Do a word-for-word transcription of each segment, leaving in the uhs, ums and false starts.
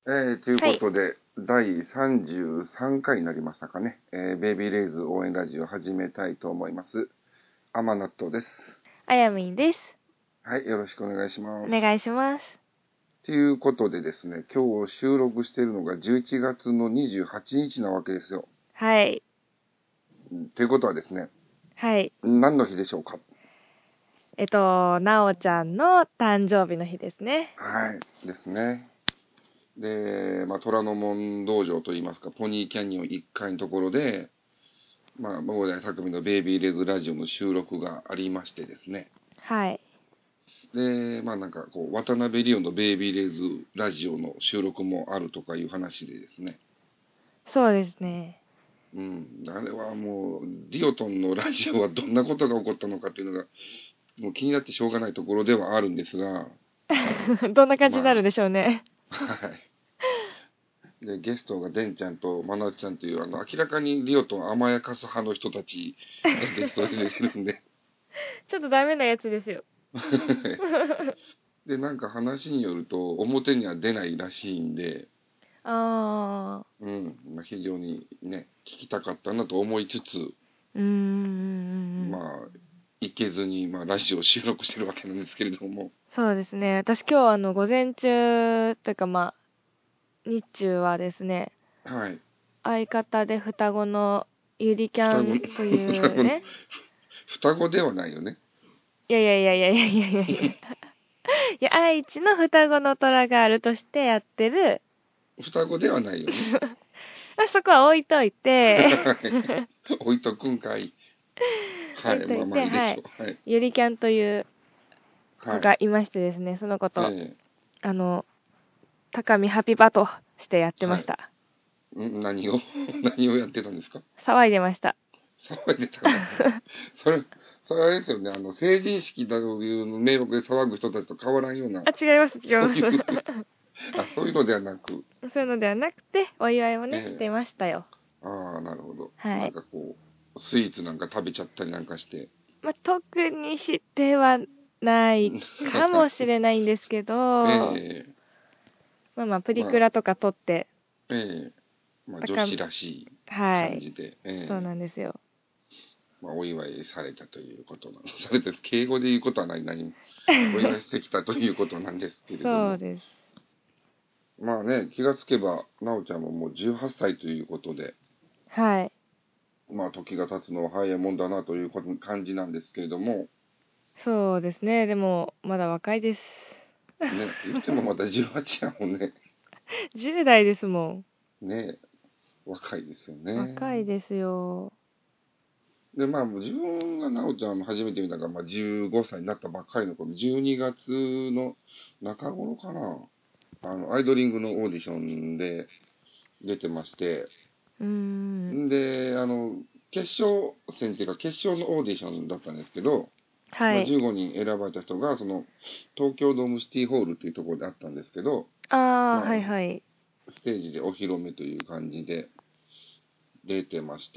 えー、ということで、はい、だいさんじゅうさんかいになりましたかね。えー、ベイビーレイズ応援ラジオ始めたいと思います。甘納豆です。 あやみんです。 はい、よろしくお願いします。 お願いします。 ということでですね、今日収録しているのがじゅういちがつのにじゅうはちにちなわけですよ。 はい。 ということはですね、 はい。 何の日でしょうか？ えっと、なおちゃんの誕生日の日ですね。 はい、ですね。で、まあ、虎ノ門道場といいますか、ポニーキャニオンいっかいのところで、まあ、桃大作美のベイビーレイズラジオの収録がありましてですね。 はい。 で、まあなんかこう、渡辺リオのベイビーレイズラジオの収録もあるとかいう話でですね。 そうですね。 うん。あれはもう、リオトンのラジオはどんなことが起こったのかっていうのが、もう気になってしょうがないところではあるんですが。 どんな感じになるんでしょうね。 まあ、はい。で、ゲストがデンちゃんとマナちゃんという、あの、明らかにリオトン甘やかす派の人たちがゲストで出てるんで。 ちょっとダメなやつですよ。 で、なんか話によると、表には出ないらしいんで、 ああ。 うん、まあ、非常にね、聞きたかったなと思いつつ、 うーん。 まあ、行けずに、まあ、ラジオを収録してるわけなんですけれども。 そうですね。私今日あの、午前中、というかまあ、日中はですね、 はい。 相方で双子のゆりキャンというね。 双子ではないよね。 いやいやいやいやいやいやいやいや。いや、愛知の双子の虎ガールとしてやってる。 双子ではないよね。 そこは置いといて。 置いとくんかい。はい、まあまあいいでしょう。はい。 ゆりキャンという子がいましてですね、はい、その子と、えー、あの、高見ハピバとしてやってました。 はい、ん何を何をやってたんですか？ 騒いでました。 騒いでたから。それ、それあれですよね、あの、成人式だという迷惑で騒ぐ人たちと変わらんような。 あ、違います、違います。 そういうあ、そういうのではなく。 そういうのではなくて、お祝いをね、えー、してましたよ。 ああ、なるほど。 はい。 なんかこう、スイーツなんか食べちゃったりなんかして。 まあ、特にしてはないかもしれないんですけど、えー、まあまあ、プリクラとか撮って、 まあ、ええー、まあ、女子らしい感じで。はい、 えー、そうなんですよ。 まあ、お祝いされたということなの。されて、敬語で言うことは何々、お祝いしてきたということなんですけれども。 そうです。 まあね、気がつけば、なおちゃんももうじゅうはっさいということで。 はい。 まあ、時が経つのは早いもんだなという感じなんですけれども。 そうですね。でも、まだ若いです。 ね、言ってもまだじゅうはちやもんね。 じゅう代ですもん。ね、若いですよね。 若いですよ。 で、まあ、自分がなおちゃん初めて見たのが、まあ、じゅうごさいになったばっかりの頃、じゅうにがつの中頃かな。あの、アイドリングのオーディションで出てまして、 うーん。 で、あの、決勝戦っていうか、決勝のオーディションだったんですけど、 はい。 まあ、じゅうごにん選ばれた人が、その、東京ドームシティホールっていうところであったんですけど、 ああ、 まあ、 はいはい。 ステージでお披露目という感じで出てまして、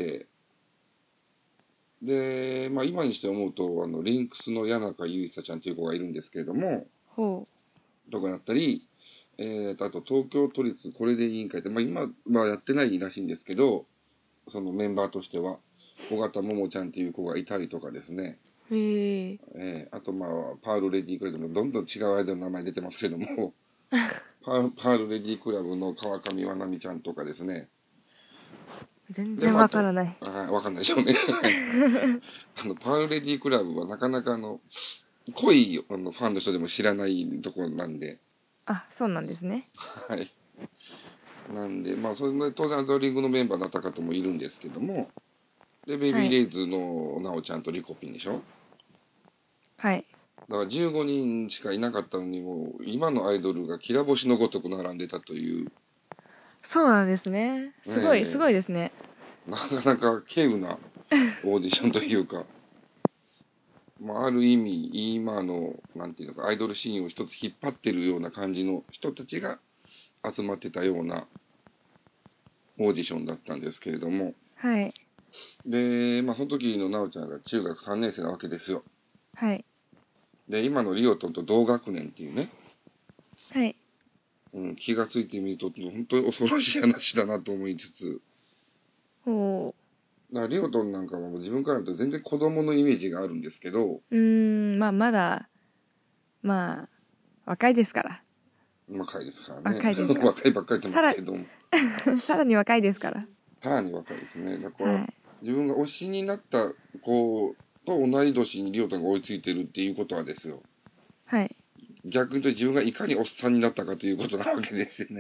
で、まあ今にして思うと、あの、リンクスの谷中優久ちゃんという子がいるんですけれども、 ほう。とかだったり、えーと、あと東京都立これで委員会って、まあ今はやってないらしいんですけど、そのメンバーとしては、小型桃ちゃんっていう子がいたりとかですね。 へえ。 えー、あとまあ、パールレディークラブのどんどん違うアイドルの名前出てますけども、パーパールレディークラブの川上まなみちゃんとかですね。 全然わからない。 あ、わかんないでしょうね。あの、パールレディークラブはなかなかあの、濃いあのファンの人でも知らないところなんで。 あ、そうなんですね。 はい。なんで、まあ、それで当然アドリングのメンバーだった方もいるんですけども、で、ベイビーレイズのなおちゃんとリコピンでしょ。 はい。 だからじゅうごにんしかいなかったのにも、今のアイドルがきら星のごとく並んでたという。 そうなんですね。すごい、えー、すごいですね。 なかなか稀有なオーディションというか、まあ、ある意味、今の、なんていうのか、アイドルシーンを一つ引っ張ってるような感じの人たちが集まってたようなオーディションだったんですけれども。 はい。 で、まあ、その時のなおちゃんが中学さんねん生なわけですよ。 はい。 で、今のリオトンと同学年っていうね。 はい。 うん、気がついてみると本当に恐ろしい話だなと思いつつ、 ほうだからリオトンなんかはもう自分から見ると全然子供のイメージがあるんですけど、 うーんまあまだまあ若いですから若いですからね。 若いですから若いばっかり言ってますけども。 さらに若いですから。 さらに若いですね。だから、 はい、 自分が推しになった子と同い年にリオトンが追いついてるっていうことはですよ。 はい。 逆に言うと自分がいかにおっさんになったかということなわけですよね。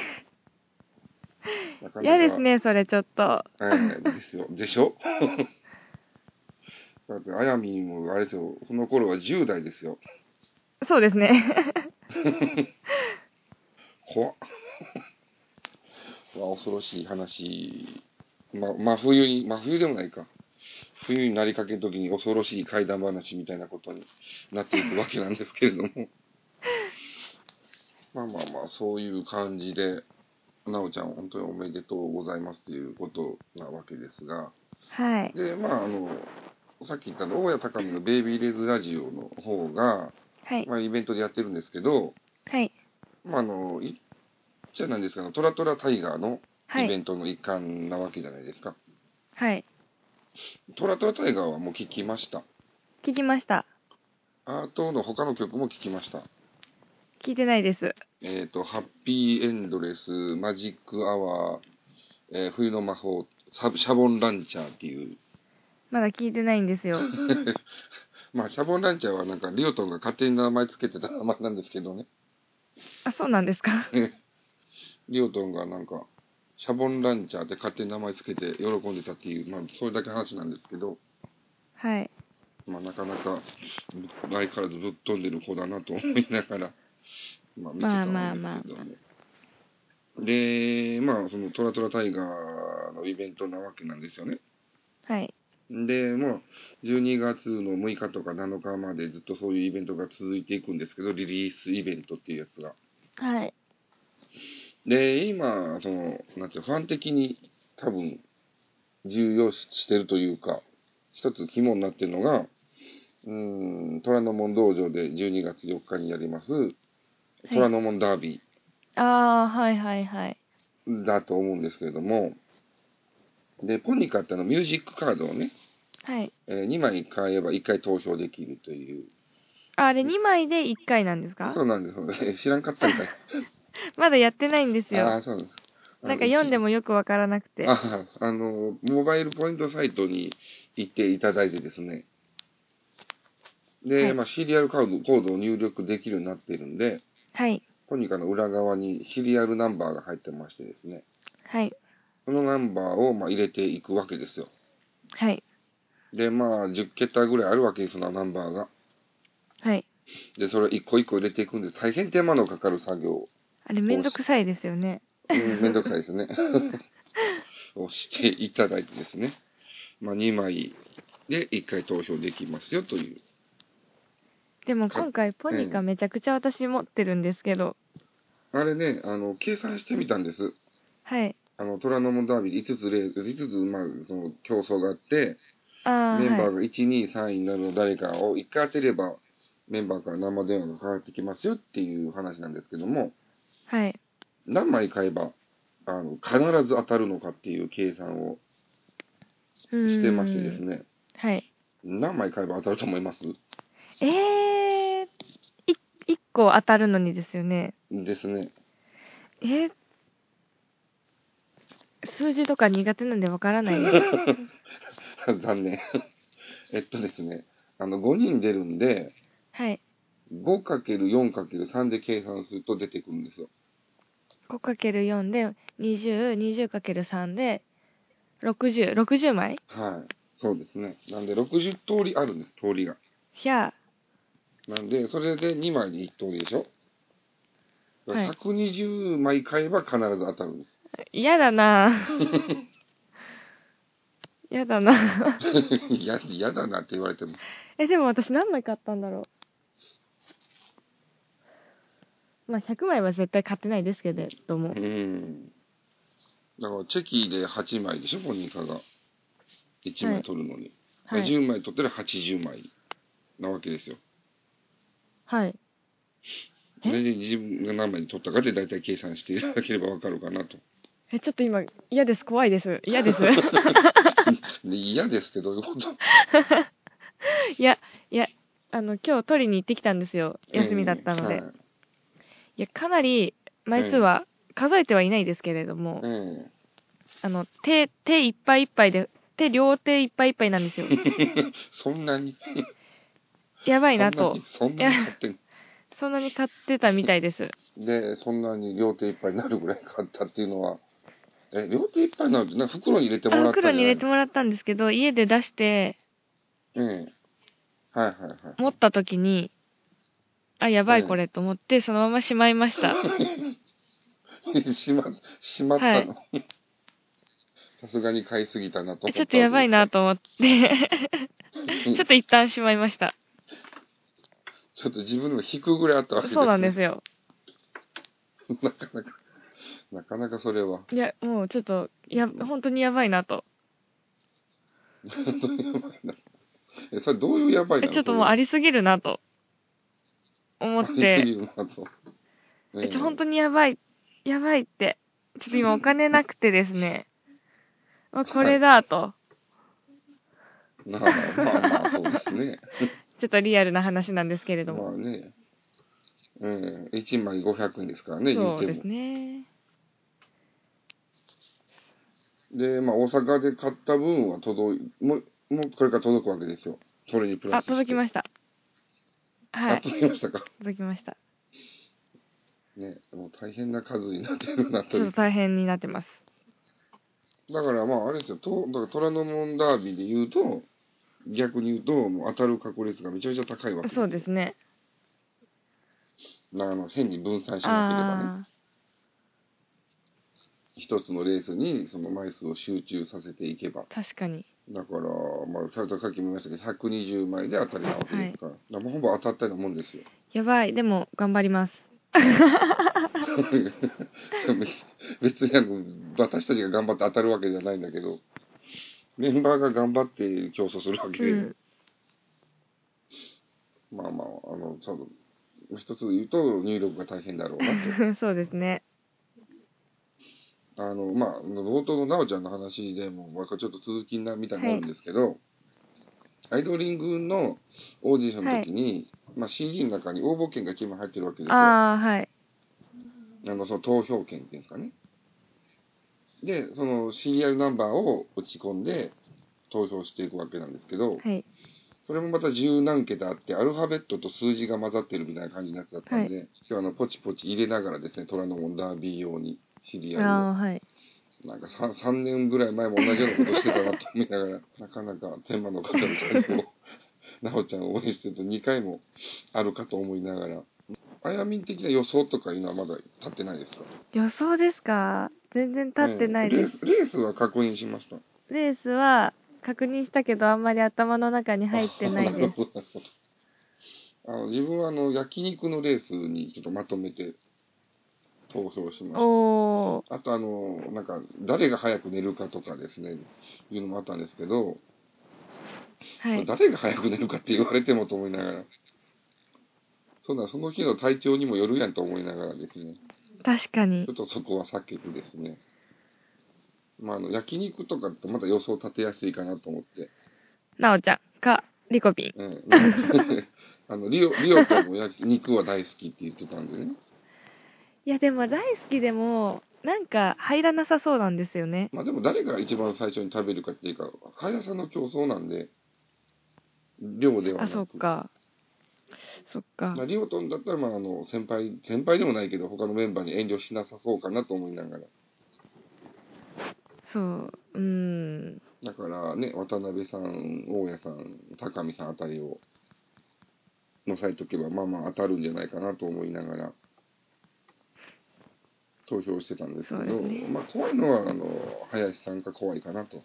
嫌ですね、それちょっと。 えー、ですよ。でしょだって、あやみんもあれですよ、その頃はじゅう代ですよ。 そうですね。 怖っ。恐ろしい話。ま、真冬に、真冬でもないか。冬になりかけの時に恐ろしい怪談話みたいなことになっていくわけなんですけれども。まあまあまあ、そういう感じで、なおちゃん本当におめでとうございますということなわけですが。 はい。 で、まああの、さっき言ったの大谷高見のベイビーレズラジオの方が、 はい。 まあイベントでやってるんですけど、 はい。 まああの、いっちゃなんですけど、トラトラタイガーのはい。 イベントの一環なわけじゃないですか。 はい。 トラトラタイガーはもう聞きました。 聞きました。 アートの他の曲も聞きました。 聞いてないです。 えっ、ー、と、ハッピーエンドレス、マジックアワー、えー、冬の魔法、サブシャボンランチャーっていう。 まだ聞いてないんですよ。 まあ、シャボンランチャーはなんか、リオトンが勝手に名前つけてた名前なんですけどね。 あ、そうなんですか。 リオトンがなんか、シャボンランチャーって勝手に名前つけて喜んでたっていう、まあ、それだけ話なんですけど、 はい。 まあ、なかなか、相変わらずぶっ飛んでる子だなと思いながら、まあ、見てたんですけども。まあまあまあ。で、まあ、そのトラトラタイガーのイベントなわけなんですよね。 はい。 で、もう、じゅうにがつのむいかとかなのかまでずっとそういうイベントが続いていくんですけど、リリースイベントっていうやつが。 はい。 で、今、その、なんていうファン的に多分、重要視してるというか、一つ肝になってるのが、うーん、虎ノ門道場でじゅうにがつよっかにやります、虎ノ門ダービー。ああ、はいはいはい。 だと思うんですけれども、で、ポニカってあのミュージックカードをね、 はい。 えー、にまい買えばいっかい投票できるという。 あれにまいでいっかいなんですか？ そうなんですよ。知らんかったんかい。 まだやってないんですよ。 ああ、そうなんです。 なんか読んでもよくわからなくて。 あ、あの、モバイルポイントサイトに行っていただいてですね。で、はい、まあ、シリアルカード、コードを入力できるようになっているんで、 はい。 ポニカの裏側にシリアルナンバーが入ってましてですね。 はい。 そのナンバーをまあ入れていくわけですよ。 はい。 で、まあ、じゅっけたぐらいあるわけです、そのナンバーが。 はい。 で、それ一個一個入れていくんで、大変手間のかかる作業。 あれ、めんどくさいですよね。 うん、めんどくさいですね。をしていただいてですね。まあ、にまいでいっかい投票できますよという。 でも今回ポニカめちゃくちゃ私持ってるんですけど。 あれね、あの、計算してみたんです。 はい。 あの、虎ノ門ダービーでいつつレース、いつつ、まあ、その、競争があって、 あメンバーがいち、に、さんいになるの誰かをいっかい当てれば、メンバーから生電話がかかってきますよっていう話なんですけども、 はい。 何枚買えば、あの、必ず当たるのかっていう計算をしてましてですね。 はい。 何枚買えば当たると思います？ えー、い、いっこ当たるのにですよね。 ですね。 えー、数字とか苦手なんでわからないです。 残念。えっとですね、あの、ごにん出るんで、 はい。 ごかけるよんかけるさん で計算すると出てくるんですよ。 ごかけるよん でにじゅう、にじゅうかけるさん でろくじゅう、ろくじゅうまい？ はい。そうですね。なんでろくじゅうとおりあるんです、通りが。 ひゃー。なんで、それでにまいにいち通りでしょ？ はい。 ひゃくにじゅうまい買えば必ず当たるんです。 嫌だなぁ。嫌だなぁ。 や、嫌だなって言われても。 え、でも私何枚買ったんだろう。まあ、ひゃくまいは絶対買ってないですけれども。 うん。だから、チェキではちまいでしょ、ポニカが。いちまい取るのに。はい、じゅうまい取ったらはちじゅうまいなわけですよ。 はい。 全然自分が何枚に取ったかで大体計算していただければわかるかなと。 え、ちょっと今、嫌です。怖いです。嫌です。 嫌ですってどういうこといや、いや、あの、今日取りに行ってきたんですよ。休みだったので。えーはい、いや、かなり枚数は数えてはいないですけれども、えー、あの、手、手いっぱいいっぱいで、手両手いっぱいいっぱいなんですよ。 そんなにやばいなと。 そんなに買ってんそんなに買ってたみたいです。 で、そんなに両手いっぱいになるぐらい買ったっていうのは、え、両手いっぱいになるって、なんか袋に入れてもらったんじゃない？ 袋に入れてもらったんですけど、家で出して、 ええ。はいはいはい。 持った時に、あ、やばいこれと思って、そのまましまいました。 しま、しまったの。さすがに買いすぎたなと思った。 ちょっとやばいなと思って、ちょっと一旦しまいました。 ちょっと自分でも引くぐらいあったわけですね。 そうなんですよ。 なかなか、なかなかそれは。 いや、もうちょっと、や、本当にやばいなと。 本当にやばいな。え、それどういうやばいなの？ ちょっともうありすぎるなと。思って。 ありすぎるなと。 え、ちょ、本当にやばい、やばいって。ちょっと今お金なくてですね。あ、これだと。はい、 まあまあまあ、そうですね。 ちょっとリアルな話なんですけれども。 まあね。うん。いちまいごひゃくえんですからね、言うても。 そうですね。 で、まあ、大阪で買った分は届い、もう、もうこれから届くわけですよ。それにプラスして。 あ、届きました。はい。 あ、届きましたか。 届きました。 ね、もう大変な数になってるなと。 ちょっと大変になってます。 だからまあ、あれですよ、とだから虎ノ門ダービーで言うと、逆に言うと、もう当たる確率がめちゃめちゃ高いわけですよ。 そうですね。 あの変に分散しなければね。一つのレースにその枚数を集中させていけば。 確かに。 だから、まあ、さっきも言いましたけど、ひゃくにじゅうまいで当たりなわけですから。はい、だからほぼ当たったようなもんですよ。 やばい、でも頑張ります。 別にあの、私たちが頑張って当たるわけじゃないんだけど、メンバーが頑張って競争するわけで、うん、まあまあ、あの、その、一つ言うと入力が大変だろうなと。 そうですね。 あの、まあ、冒頭のなおちゃんの話でも、まあ、ちょっと続きなみたいになるんですけど、はい、アイドリングのオーディションの時に、はい、まあ、シーディー の中に応募券がいちまい入ってるわけですよ。 ああ、はい。 あの、その投票券っていうんですかね。で、そのシリアルナンバーを打ち込んで投票していくわけなんですけど、はい、それもまた十何桁あって、アルファベットと数字が混ざってるみたいな感じのやつだったんで、はい、今日はあのポチポチ入れながらですね、虎ノ門ダービー用にシリアルを。あ、はい、なんか 3, さんねんぐらい前も同じようなことしてたなと思いながら、なかなか天満の方の対応、なおちゃんを応援してるとにかいもあるかと思いながら、あやみん的な予想とかいうのはまだ立ってないですか？ 予想ですか？全然立ってないです、 えー、レース。レースは確認しました。 レースは確認したけど、あんまり頭の中に入ってないです。 あの自分はあの焼肉のレースにちょっとまとめて投票しました。 おあとあの、なんか、誰が早く寝るかとかですね、いうのもあったんですけど、はい、誰が早く寝るかって言われてもと思いながら、そんなその日の体調にもよるやんと思いながらですね。 確かに。 ちょっとそこは避けてですね。まあ、あの、焼肉とかってまだ予想立てやすいかなと思って。 なおちゃんか、リコピン。 うん。あの、リオ、リオとも焼肉は大好きって言ってたんでね。 いや、でも大好きでも、なんか入らなさそうなんですよね。 まあでも誰が一番最初に食べるかっていうか、速さの競争なんで、量ではなく。 あ、そっか。そっか。 まあ、リオトンだったら、まあ、あの、先輩、先輩でもないけど、他のメンバーに遠慮しなさそうかなと思いながら。 そう、うん。 だからね、渡辺さん、大家さん、高見さんあたりを乗せとけば、まあまあ当たるんじゃないかなと思いながら、投票してたんですけど、ね、まあ怖いのは、あの、林さんが怖いかなと。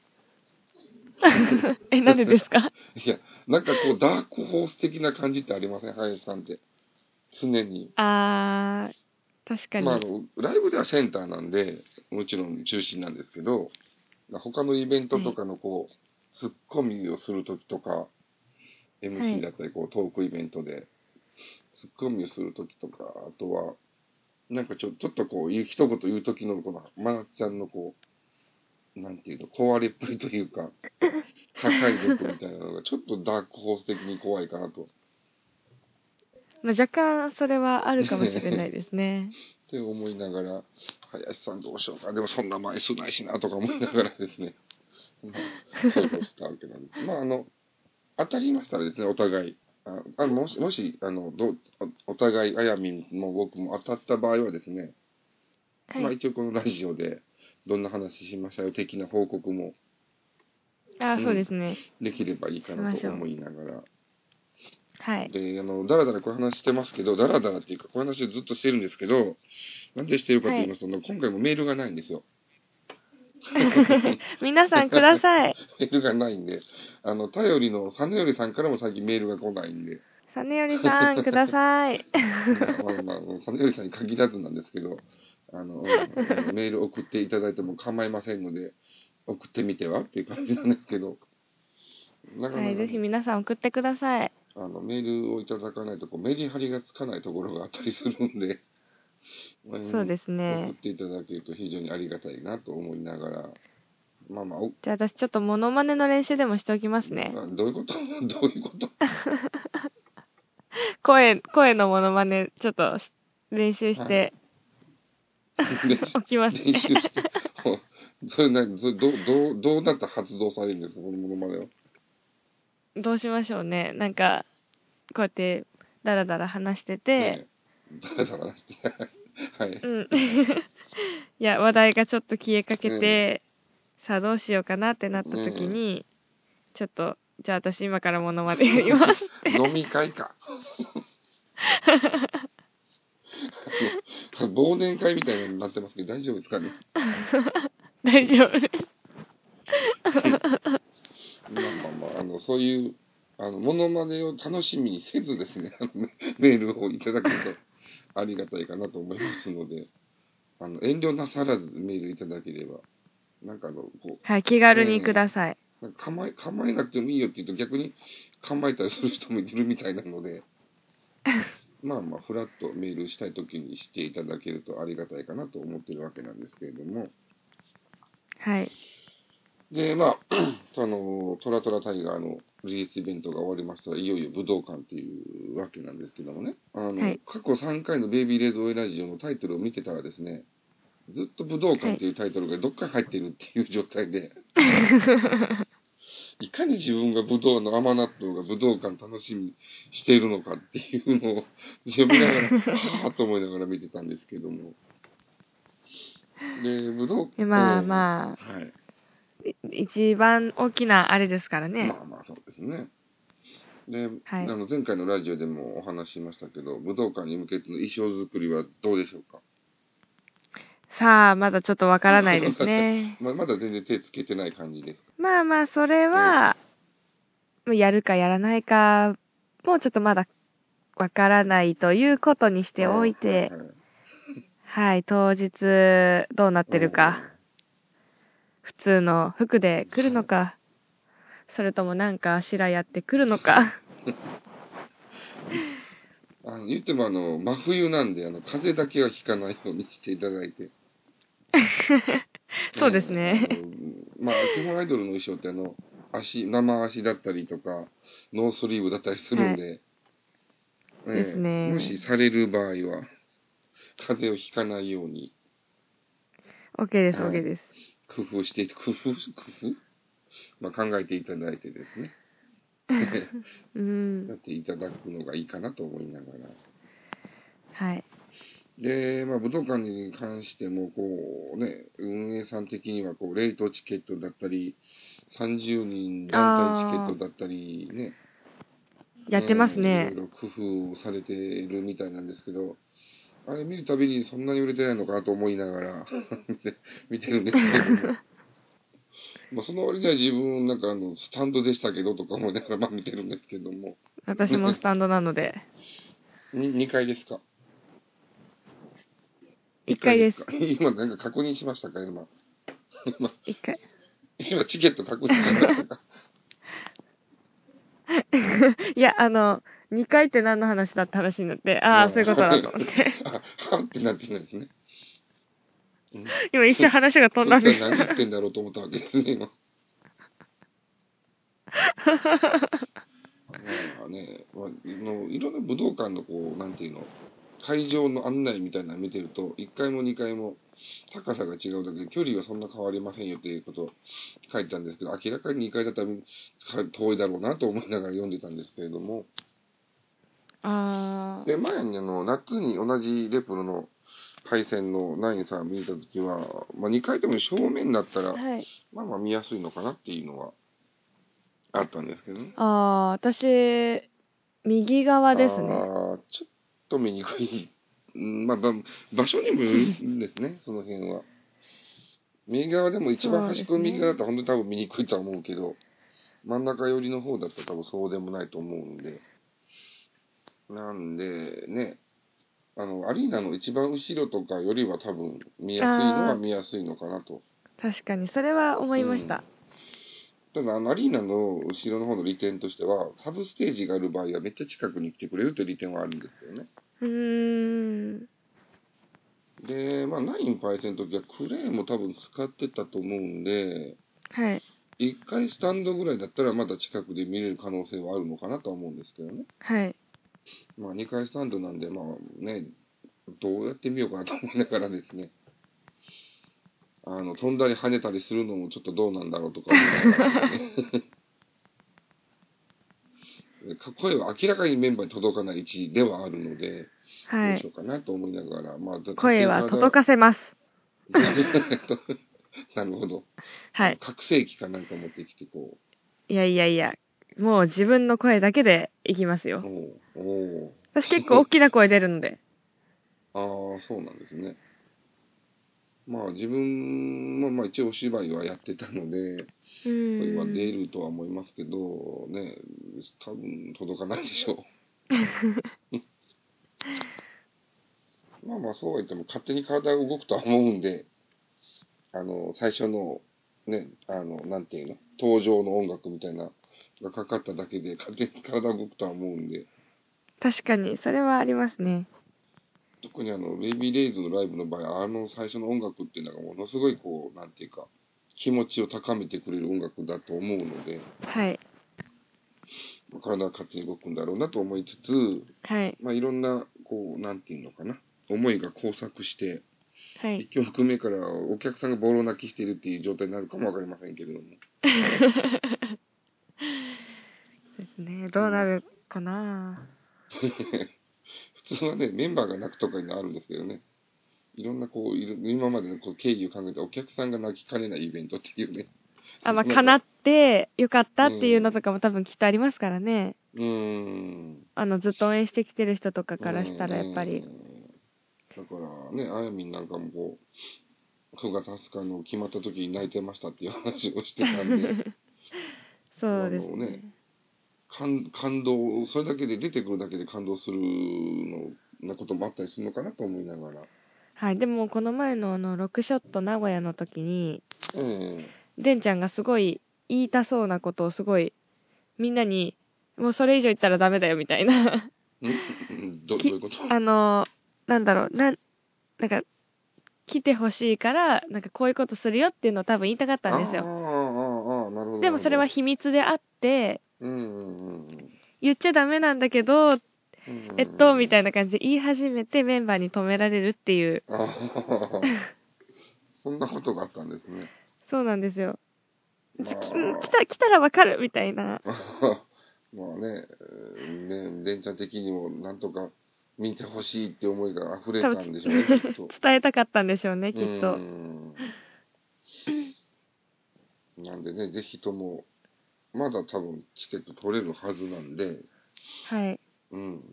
え、なんでですか？ いや、なんかこう、ダークホース的な感じってありません？林さんって。常に。 あー、確かに。 まあ、あの、ライブではセンターなんで、もちろん中心なんですけど、他のイベントとかのこう、はい、ツッコミをするときとか、エムシー だったり、こう、トークイベントで、 ツッコミをするときとか、あとは、なんかちょちょっとこう、一言言うときの、この、まなつちゃんのこう、なんていうの、壊れっぷりというか、破壊力みたいなのが、ちょっとダークホース的に怖いかなと。 まあ、若干それはあるかもしれないですね。 って思いながら、林さんどうしようか、でもそんな枚数ないしなとか思いながらですね、まあ、そうしたわけなんです。まあ、あの、当たりましたらですね、お互い。ああのもし、もし、あの、どおお互い、あやみんも僕も当たった場合はですね、 はい、 まあ一応このラジオで、どんな話しましたよ、的な報告も、 ああ、 うん、 そうですね。 できればいいかなと思いながら。 はい。 で、あの、だらだらこういう話してますけど、だらだらっていうか、こういう話をずっとしてるんですけど、なんでしてるかと言いますと、はい、今回もメールがないんですよ。 皆さんください。 メールがないんで、あの、頼りの、さねよりさんからも最近メールが来ないんで。 さねよりさんください。 まあまあ、さねよりさんに限らずなんですけど、あの、うん、あのメール送っていただいても構いませんので、送ってみてはっていう感じなんですけど。 なかなかはい、ぜひ皆さん送ってください。 あの、メールをいただかないと、こう、メリハリがつかないところがあったりするんで、 そうですね。 送っていただけると非常にありがたいなと思いながら、まあまあ、 じゃあ私ちょっとモノマネの練習でもしておきますね。 どういうことどういうこと声、声のモノマネちょっと練習して、はい、おきますね。練習して。 それ何、それどう、どう、どうなったら発動されるんですか、このモノマネは。 どうしましょうね。なんか、こうやって、だらだら話してて、ね、 だらだら話して、はい。 うん。いや、話題がちょっと消えかけて、うん、さあどうしようかなってなった時に、うん、ちょっと、じゃあ私今からモノマネやりますって。 飲み会か。忘年会みたいになってますけど、大丈夫ですかね。 大丈夫です。 まあまあまあ、あの、そういう、あの、モノマネを楽しみにせずですね、メールをいただけるとありがたいかなと思いますので、あの、遠慮なさらずメールいただければ、なんかあの、こう。 はい、気軽にください。 えー、なんか構え、構えなくてもいいよって言うと逆に構えたりする人もいるみたいなので、まあまあ、フラッとメールしたいときにしていただけるとありがたいかなと思ってるわけなんですけれども。 はい。 で、まあ、その、トラトラタイガーのリリースイベントが終わりましたら、いよいよ武道館っていうわけなんですけどもね。あの、はい、過去さんかいのベイビーレイズオイラジオのタイトルを見てたらですね、ずっと武道館っていうタイトルがどっかに入ってるっていう状態で、はい、いかに自分が武道の甘納豆が武道館楽しみしているのかっていうのを読みながら、はぁと思いながら見てたんですけども。で、武道館。 まあまあ、はい、一番大きなあれですからね。 まあまあそうですね。で、 はい、 あの前回のラジオでもお話ししましたけど、武道館に向けての衣装作りはどうでしょうか。 さあ、まだちょっとわからないですね。 ままだ全然手つけてない感じですか。 まあまあ、それは、うん、やるかやらないか、もうちょっとまだわからないということにしておいて、はい、はいはい、当日どうなってるか、普通の服で来るのか、はい、それともなんかあしらやって来るのか。 あの言ってもあの真冬なんであの風邪だけはひかないようにしていただいて。 そうですね。 まあ基本アイドルの衣装ってあの足生足だったりとかノースリーブだったりするんで、 はい、ですね。 もしされる場合は風邪をひかないように。 OK です、はい、OK です。 工夫して工夫工夫、まあ、考えていただいてですね。うん、やっていただくのがいいかなと思いながら。 はい。 で、まあ、武道館に関しても、こうね、運営さん的には、こう、レートチケットだったり、さんじゅうにん団体チケットだったりね。 やってますね。 いろいろ工夫されているみたいなんですけど、あれ見るたびにそんなに売れてないのかなと思いながら見てるんですけども。まあその割には自分、なんかあの、スタンドでしたけどとか思いながらまあ見てるんですけども。 私もスタンドなので。 ににかいですか。 いっかいです。 今なんか確認しましたか今。 今いっかい。 今チケット確認しましたか。 いや、あの、 にかいって何の話だって話になって、ああ、そういうことだと思って。 あ、はってなってないですね。 うん、今一瞬話が飛んだんです。 何言ってんだろうと思ったわけですね、今。まあね、まあ、のいろんな武道館のこう、なんていうの、会場の案内みたいなの見てると、いっかいもにかいも高さが違うだけで、距離はそんな変わりませんよということを書いてたんですけど、明らかににかいだったら遠いだろうなと思いながら読んでたんですけれども、 あで、前にあの、夏に同じレプロの配線のナインさん見たときは、まあ、にかいとも正面だったら、はい、まあまあ見やすいのかなっていうのはあったんですけどね。 ああ、私、右側ですね。 ああ、ちょっと見にくい。まあ、ば場所にもよるんですね、その辺は。右側でも一番端っこの右側だったら本当に多分見にくいとは思うけど、真ん中寄りの方だったら多分そうでもないと思うんで。なんで、ね、あの、アリーナの一番後ろとかよりは多分見やすいのは見やすいのかなと。 確かに、それは思いました。 うん、ただ、あの、アリーナの後ろの方の利点としては、サブステージがある場合はめっちゃ近くに来てくれるという利点はあるんですよね。 うーん。 で、まあ、ナインパイセンの時はクレーンも多分使ってたと思うんで、 はい。 一回スタンドぐらいだったらまだ近くで見れる可能性はあるのかなとは思うんですけどね。 はい。 まあ、二回スタンドなんで、まあね、どうやって見ようかなと思いながらですね、あの、飛んだり跳ねたりするのもちょっとどうなんだろうとか思いながら、ね、声は明らかにメンバーに届かない位置ではあるので、はい、どうしようかなと思いながら、まあ、 声は届かせます。 なるほど。 はい。 拡声器かなんか持ってきてこう。いやいやいや、もう自分の声だけでいきますよ。おお。私結構大きな声出るので。 ああ、そうなんですね。まあ自分もまあ一応お芝居はやってたので、声は出るとは思いますけど、ね、多分届かないでしょう。まあまあそうは言っても勝手に体が動くとは思うんで、あの、最初の、ね、あの、なんていうの、登場の音楽みたいな、がかかっただけで勝手に体が動くとは思うんで。 確かに、それはありますね。 特にあの、ベイビーレイズのライブの場合、あの最初の音楽っていうのがものすごいこう、なんていうか、気持ちを高めてくれる音楽だと思うので、 はい。 体が勝手に動くんだろうなと思いつつ、 はい。 まあいろんな、こう、なんていうのかな、思いが交錯して、 はい。 いっきょくめからお客さんがボロ泣きしているっていう状態になるかもわかりませんけれども。 ですね。どうなるかな、 うん、普通はね、メンバーが泣くとかになるんですけどね。いろんなこう、今までのこう経緯を考えてお客さんが泣きかねないイベントっていうね。 あ、まあ、かなってよかったっていうのとかも多分きっとありますからね。 うん。 あの、ずっと応援してきてる人とかからしたらやっぱり。 だからね、あやみんなんかもこう、くがつはつかの決まった時に泣いてましたっていう話をしてたんで。 そうですね。 ね、感感動、それだけで出てくるだけで感動するのなこともあったりするのかなと思いながら。 はい、でもこの前のあのロックショット名古屋の時に、 ええー、 でんちゃんがすごい言いたそうなことをすごいみんなに、もうそれ以上言ったらダメだよみたいな。んどどういうこと？ あの、なんだろう、な、なんか、来てほしいから、なんかこういうことするよっていうのを多分言いたかったんですよ。 ああ、ああ、なるほど。 でもそれは秘密であって、 うんうんうん、 言っちゃダメなんだけど、えっと、みたいな感じで言い始めてメンバーに止められるっていう。あそんなことがあったんですね。 そうなんですよ。まあ、来た、来たらわかるみたいな。 まあね、ね、レンちゃん的にもなんとか見てほしいって思いが溢れたんでしょうね、きっと。 伝えたかったんでしょうね、きっと。 なんでね、ぜひとも、まだ多分チケット取れるはずなんで、 はい。 うん、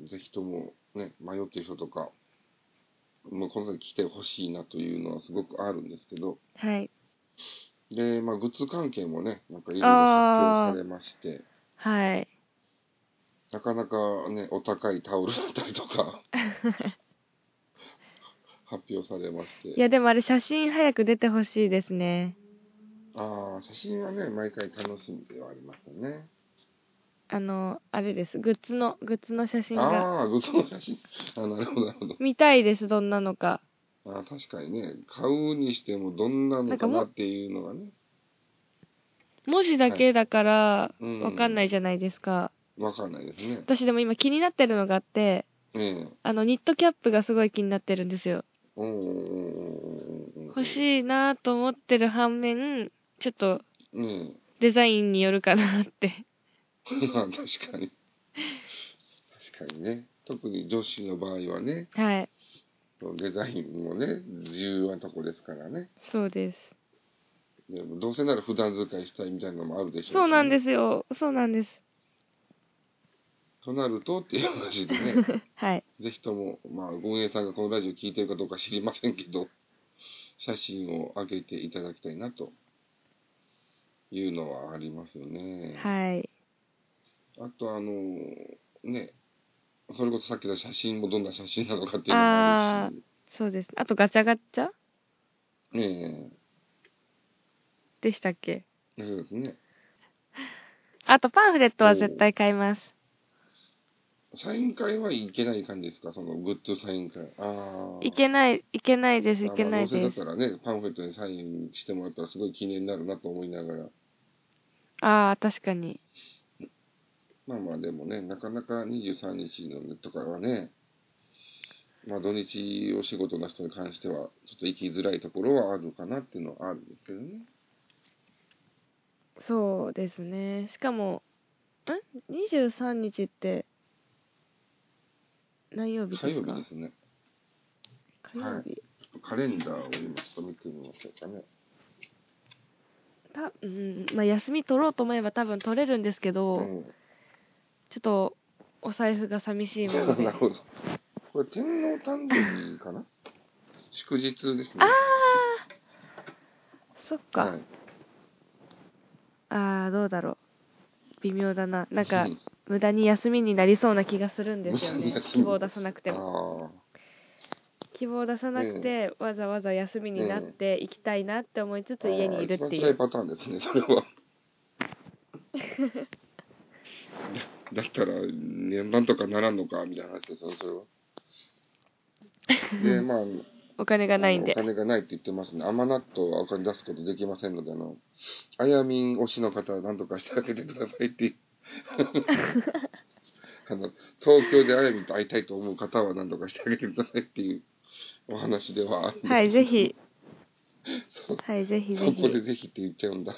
ぜひともね、迷ってる人とか、もうこの時来てほしいなというのはすごくあるんですけど、 はい。 で、まあ、グッズ関係もね、なんかいろいろ発表されまして、 はい。 なかなかね、お高いタオルだったりとか、発表されまして。 いや、でもあれ写真早く出てほしいですね。 ああ、写真はね、毎回楽しみではありますよね。 あのあれです、グッズのグッズの写真が。 ああ、グッズの写真。あ、なるほどなるほど。 見たいです、どんなのか。 あ、確かにね、買うにしてもどんなのかなっていうのがね。 文字だけだからはい、 わかんないじゃないですか。 わかんないですね。 私でも今気になってるのがあって、 ええ、 あのニットキャップがすごい気になってるんですよ。 おー、 欲しいなと思ってる反面、ちょっとうん、 デザインによるかなって。 まあ確かに確かにね、特に女子の場合はね、 はい。 デザインもね重要なとこですからね。 そうです。 でもどうせなら普段使いしたいみたいなのもあるでしょうし、ね、 そうなんですよ。そうなんです。 となるとっていう話でね、 はい。 ぜひとも、まあ、運営さんがこのラジオ聞いてるかどうか知りませんけど、写真を上げていただきたいなというのはありますよね。 はい。 あと、あの、ね、それこそさっきの写真もどんな写真なのかっていうのもああー、 るし、 そうです。あとガチャガチャねでしたっけ？ え、そうですね。 あとパンフレットは絶対買います。 サイン会はいけない感じですか、そのグッズサイン会。ああ。 いけない、いけないです、いけあ、まあ、どうせだっないです。 たらね、パンフレットにサインしてもらったらすごい記念になるなと思いながら。 あー、確かに。 まあまあでもね、なかなかにじゅうさんにちのとかはね、まあ土日お仕事の人に関しては、ちょっと行きづらいところはあるかなっていうのはあるんですけどね。 そうですね。しかも、ん ?にじゅうさんにちって何曜日火ですか？ 曜日ですね。 火曜日。 はい。カレンダーを今ちょっと見てみましょうかね。 たうん、まあ休み取ろうと思えば多分取れるんですけど、 うん。 ちょっとお財布が寂しいもので。 なるほど。これ天皇誕生日かな祝日ですあね。 ー、そっか。 はい。 あー、どうだろう。微妙だな。なんか、無駄に休みになりそうな気がするんですよね。希望出さなくても。希望出さなくて、わざわざ休みになって行きたいなって思いつつ家にいるっていう。 一番辛いパターンですね、それは。だったら、ね、なんとかならんのか、みたいな話ですよ、それは。で、まあ、 お金がないんで。 お金がないって言ってますね。甘納豆はお金出すことできませんので、あの、あやみん推しの方は何とかしてあげてくださいってあの、東京であやみんと会いたいと思う方は何とかしてあげてくださいっていうお話ではあるんですけど。 はい、ぜひ。 そはい、ぜひぜひ。 そこでぜひって言っちゃうんだ。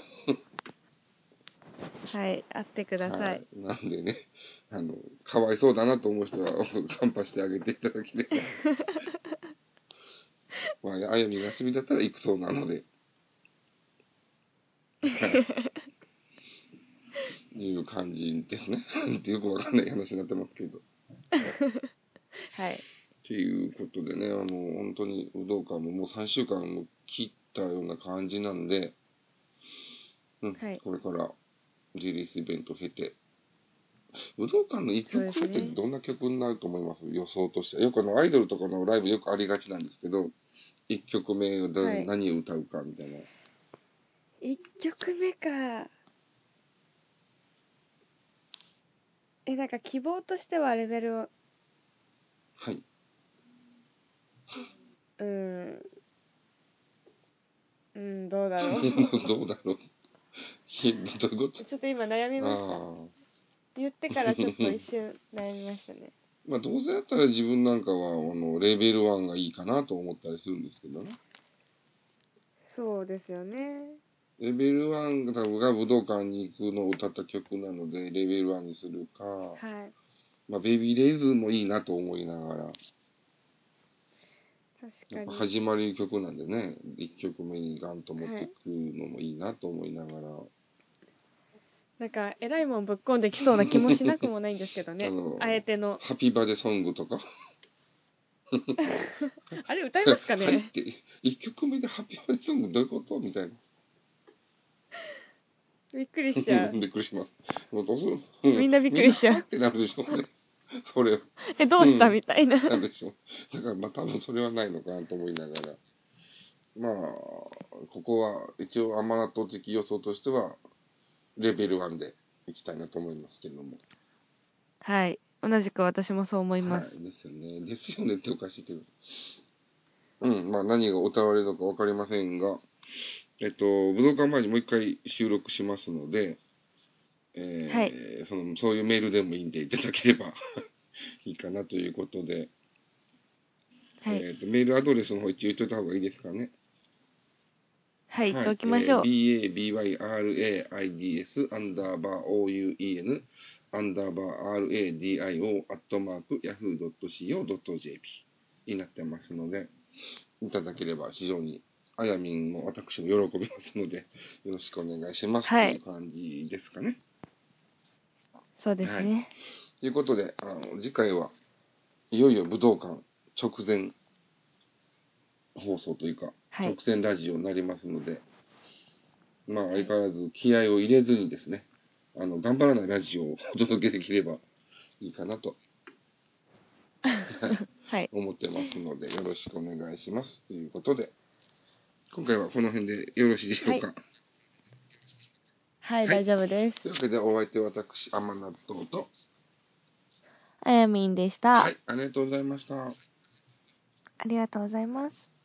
はい、会ってください。はい、 なんでね、あの、かわいそうだなと思う人は、カンパしてあげていただければ。まあ、あやみが休みだったら行くそうなので。いう感じですね。ってよくわかんない話になってますけど。 はい。 っていうことでね、あの、本当に武道館ももうさんしゅうかんも切ったような感じなんで、うん、はい、これからリリースイベントを経て、武道館のいっきょくめってどんな曲になると思います？予想としては。よくあの、アイドルとかのライブよくありがちなんですけど、いっきょくめを、はい、何を歌うかみたいな。 いっきょくめか。え、なんか希望としてはレベルを。 はい。 うーん。うん、どうだろう。 どうだろう。どういうこと？ ちょっと今悩みました。言ってからちょっと一瞬悩みましたね。 まあどうせだったら自分なんかはあのレベルワンがいいかなと思ったりするんですけどね。 そうですよね。 レベルワンが武道館に行くのを歌った曲なのでレベルワンにするか、はい、まあベビーレイズもいいなと思いながら。確かに。やっぱ始まる曲なんでね、いっきょくめにガンと持っていくのもいいなと思いながら。はい、 なんか、えらいもんぶっこんできそうな気もしなくもないんですけどね。あ, あえての。 ハピバデソングとか。 あれ歌いますかね？ はいって、いっきょくめでハピバデソングどういうことみたいな。 びっくりしちゃう。 びっくりします。もうどうする？ みんなびっくりしちゃう。 ってなるでしょうね。それ。 え、どうした、うん、みたいな。 なんでしょう。だからまあ多分それはないのかなと思いながら。まあ、ここは一応甘納豆的予想としては、レベルワンでいきたいなと思いますけども。 はい。同じく私もそう思います。 はい。ですよね。ですよねっておかしいけど。うん。まあ何が歌われるのかわかりませんが、えっと、武道館前にもう一回収録しますので、えーはい。 その、そういうメールでもいいんでいただければいいかなということで、 はい。 えっと、メールアドレスの方一応言っといた方がいいですかね。 はい。言っておはい。 きましょう。 えー、babyRaids アンダーバー OUEN アンダーバー RADIO アットマーク ヤフードットシーオードットジェーピー になってますので、いただければ非常に、あやみんも私も喜びますので、よろしくお願いしますという感じですかね。 そうですはい。 ね。 ということで、あの、次回はいよいよ武道館直前放送というか、 はい。 直前ラジオになりますので、まあはい。 相変わらず気合を入れずにですね、あの、頑張らないラジオをお届けできればいいかなとはい。 思ってますので、よろしくお願いします。ということで、今回はこの辺でよろしいでしょうか。 はい。はい、 はい。 大丈夫です。 というわけで、お相手は私、甘納豆と、 あやみんでした。 はい、ありがとうございました。 ありがとうございます。